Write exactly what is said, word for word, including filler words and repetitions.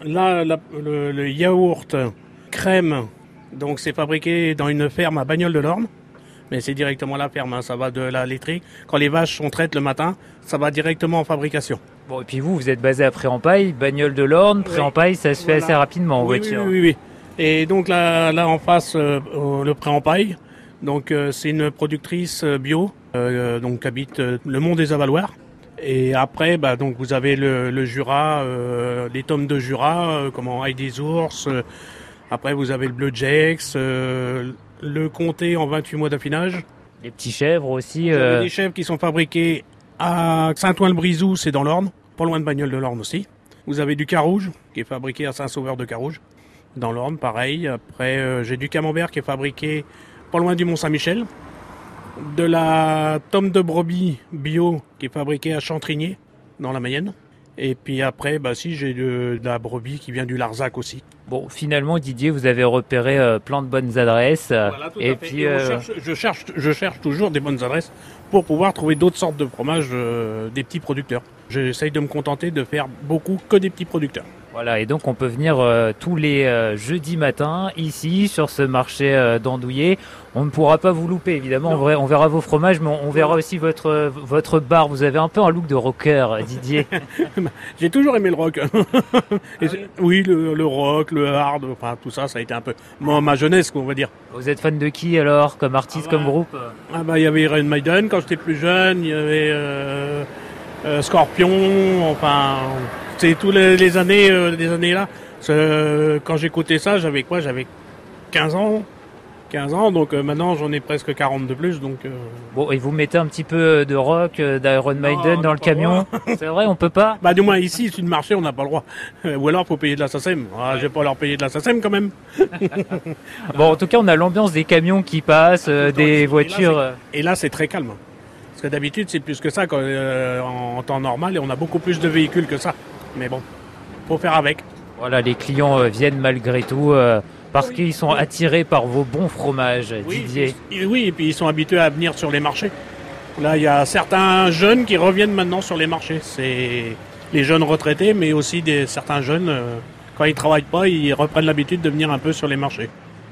Là, la- le, le yaourt crème, donc c'est fabriqué dans une ferme à Bagnoles-de-l'Orne. Mais c'est directement la ferme, hein, ça va de la laiterie. Quand les vaches sont traites le matin, ça va directement en fabrication. Bon, et puis vous, vous êtes basé à Pré-en-Paille, Bagnoles-de-l'Orne. Pré-en-Paille, ça se fait Voilà. assez rapidement en Oui, voiture. Oui, oui, oui, oui. Et donc là, là en face, euh, au- le Pré-en-Paille, donc euh, c'est une productrice euh, bio, euh, donc qui habite euh, le Mont des Avaloirs. Et après, bah, donc vous avez le, le Jura, euh, les tomes de Jura, euh, comment Ail des Ours. euh, après, vous avez le Bleu Jex, euh, le Comté en vingt-huit mois d'affinage. Les petits chèvres aussi. Vous avez euh, des chèvres qui sont fabriqués à Saint-Ouen-le-Brizou, c'est dans l'Orne, pas loin de Bagnoles-de-l'Orne aussi. Vous avez du Carouge, qui est fabriqué à Saint-Sauveur de Carouge, dans l'Orne, pareil. Après, euh, j'ai du Camembert qui est fabriqué pas loin du Mont-Saint-Michel. De la tome de brebis bio qui est fabriquée à Chantrigné, dans la Mayenne. Et puis après, bah si, j'ai de, de la brebis qui vient du Larzac aussi. Bon, finalement, Didier, vous avez repéré euh, plein de bonnes adresses. euh, Voilà, tout et à fait. puis, Et on euh, cherche- je, cherche, je cherche toujours des bonnes adresses pour pouvoir trouver d'autres sortes de fromages euh, des petits producteurs. J'essaye de me contenter de faire beaucoup que des petits producteurs. voilà, et donc on peut venir euh, tous les euh, jeudis matins ici sur ce marché euh, d'Andouillé. On ne pourra pas vous louper évidemment, on Non. verra, on verra vos fromages, mais on, on verra aussi votre euh, votre bar. Vous avez un peu un look de rocker, euh, Didier. J'ai toujours aimé le rock. Et c'est- oui, le, le rock, le hard, enfin tout ça, ça a été un peu ma, ma jeunesse, on va dire. Vous êtes fan de qui alors, comme artiste, Ah bah, comme groupe? Ah bah il y avait Iron Maiden quand j'étais plus jeune, il y avait euh, euh, Scorpion, enfin c'est tous les, les années, euh, les années là. C'est- Quand j'écoutais ça, j'avais quoi? J'avais quinze ans. quinze ans, donc euh, maintenant j'en ai presque quarante de plus, donc... euh, Bon, et vous mettez un petit peu de rock, euh, d'Iron Maiden on dans n'a le pas le camion? C'est vrai, on peut pas? Bah du moins ici, c'est une marché, on n'a pas le droit. Ou alors faut payer de la S A C E M. Ah, je vais pas leur payer de la S A C E M quand même. Bon, en tout cas, on a l'ambiance des camions qui passent, euh, Tout le temps ici. des Et là, voitures. euh, Et là, c'est très calme. Parce que d'habitude, c'est plus que ça quand, euh, en temps normal, et on a beaucoup plus de véhicules que ça. Mais bon, faut faire avec. Voilà, les clients euh, viennent malgré tout euh, parce qu'ils sont attirés par vos bons fromages, Didier. Et oui, et puis ils sont habitués à venir sur les marchés. Là, il y a certains jeunes qui reviennent maintenant sur les marchés. C'est les jeunes retraités, mais aussi des, certains jeunes, euh, quand ils travaillent pas, ils reprennent l'habitude de venir un peu sur les marchés.